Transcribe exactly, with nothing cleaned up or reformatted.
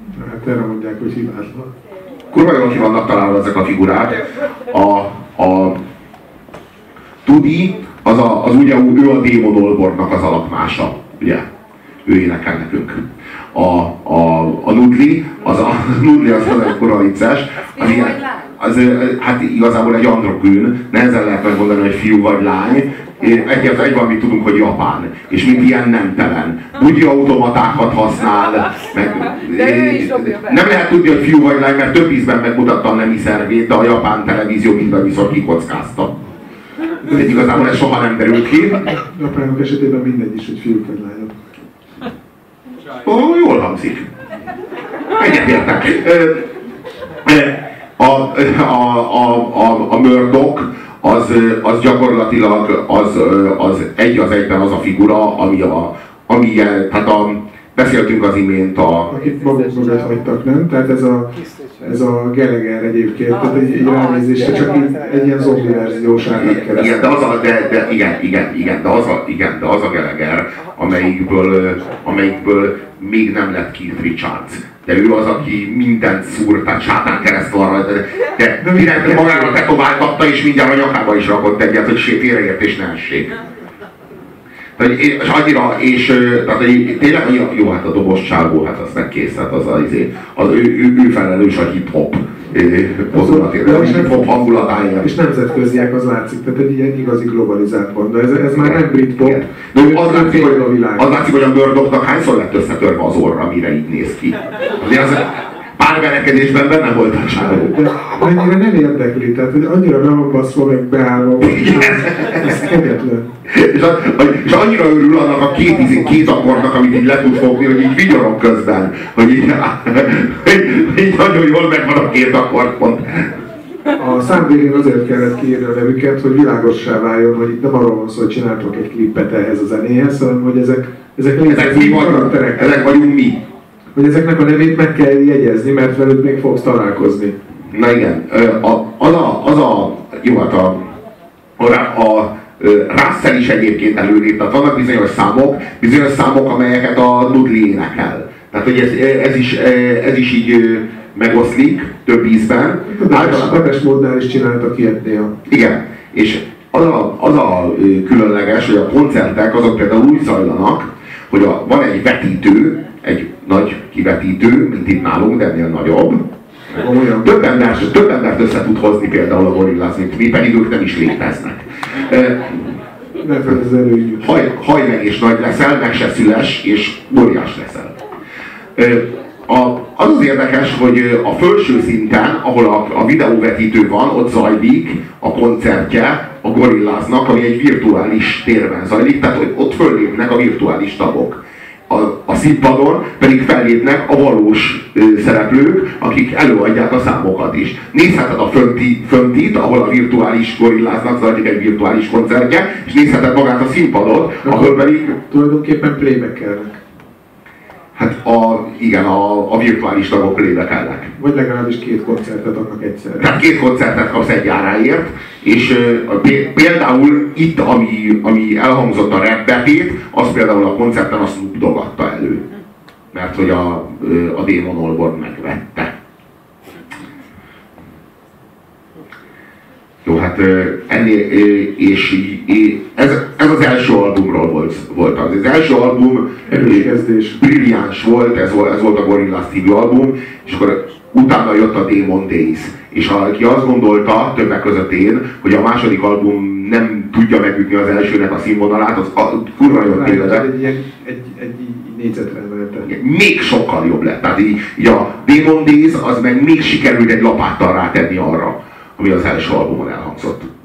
Hát erre mondják, hogy hibátlan. Kurva jól ki vannak találva ezek a figurák. A, a Tudi, az, a, az ugye ő a Damon Albarnnak az alakmása, ugye? Ő énekel nekünk. A, a, a Nudli, az a Nudli az az ekkora vicces. Az, ilyen, az, hát igazából egy androgyn, nehezen lehet megmondani, hogy fiú vagy lány. Egyet egy valamit tudunk, hogy japán, és mint ilyen nemtelen. Bugyi automatákat használ, meg, nem lehet tudni, hogy fiú vagy lány, mert több ízben megmutatta a nemi szervét, de a japán televízió mindenviszor kikockázta. De igazából ez soha nem derült ki. Japánok esetében mindegy is, hogy fiúk vagy lányok. Oh, jól hangzik. Egyetértek. A, a, a, a, a Murdoch az, az gyakorlatilag az, az egy az egyben az a figura, ami a, ami tehát a, beszéltünk az imént a... Akit maguk mögött hagytak, nem? Tehát ez a, ez a Gallagher egyébként, tehát egy, egy ránézésre csak egy, egy ilyen zombi verziós árnak keresztül. Igen, de az a, de, de, igen, igen, igen, de az a, igen, de az a Gallagher, amelyikből, amelyikből még nem lett Keith Richards. De ő az, aki mindent szúr, tehát sátán kereszt van rajta, de, de direkt magára tetováltatta, és mindjárt a nyakába is rakott egyet, hogy félreértés ne essék. És annyira, és tehát, tényleg annyira, jó, hát a dobos csávó, hát az meg kész, hát az, az, az ő, ő, ő felelős a hip-hop mozdulatér, a hip-hop hangulatáért. És nemzetköziek, az látszik, tehát egy ilyen igazi globalizált banda, ez, ez már nem brit-pop, de az látszik, hogy a világ. Az látszik, hogy a Murdochnak hányszor lett összetörve az orra, mire így néz ki. Azért az pár verekedésben benne volt a csávó. De annyira nem érdekli, tehát hogy annyira be van baszva, meg beállva, ez kegyetlen. És, a, és annyira örül annak a két, két akkordnak, amit így le tud fogni, hogy így vigyorog közben, hogy így, így nagyon jól megvan a két akkordpont. A számvégén azért kellett kiírni a nevüket, hogy világossá váljon, hogy itt nem arról van szó, hogy csináltok egy klippet ehhez a zenéhez, hanem hogy ezek, ezek, ezek mi karakterek. Ezek vagyunk mi. Hogy ezeknek a nevét meg kell jegyezni, mert velük még fogsz találkozni. Na igen, az a, az a jó, hát a, a, a Russell is egyébként előrébb, tehát vannak bizonyos számok, bizonyos számok, amelyeket a Nudli énekel. Tehát, hogy ez, ez, is, ez is így megoszlik több ízben. A Depeche Mode-nál is csináltak ilyet néha. Igen, és az a, az a különleges, hogy a koncertek azok például úgy zajlanak, hogy a, van egy vetítő, egy nagy kivetítő, mint itt nálunk, de ennél nagyobb. Több embert, több embert össze tud hozni például a Gorillaz, mint mi, pedig ők nem is léteznek. Haj, haj meg és nagy leszel, meg se szüles, és óriás leszel. A, az az érdekes, hogy a felső szinten, ahol a, a videóvetítő van, ott zajlik a koncertje a Gorillaznak, ami egy virtuális térben zajlik, tehát ott föllépnek a virtuális tagok. A, a színpadon pedig fellépnek a valós ö, szereplők, akik előadják a számokat is. Nézheted a fönti, föntit, ahol a virtuális Gorillaznak zajlik egy virtuális koncertje, és nézheted magát a színpadot, ahol pedig... Tulajdonképpen playbackelnek. Hát a, igen, a, a virtuális tagok playback-elnek. Vagy legalábbis két koncertet adnak egyszerre. Tehát két koncertet kapsz egy áráért, és uh, például itt, ami, ami elhangzott a rap betét, az például a koncerten a Snoop Dogg adta elő. Mert hogy a, a Damon Albarn megvette. Jó, hát ennél, és ez, ez az első albumról volt, volt az. Az első album brilliáns volt, ez volt, ez volt a Gorillaz című album, és akkor utána jött a Demon Days. És aki azt gondolta, többek között én, hogy a második album nem tudja megütni az elsőnek a színvonalát, az a, kurva jött tévedett. Egy, egy, egy, egy négyzetre emelte. Még sokkal jobb lett. Tehát így, így a Demon Days az meg még sikerült egy lapáttal rátenni arra, ami az első albumon elhangzott.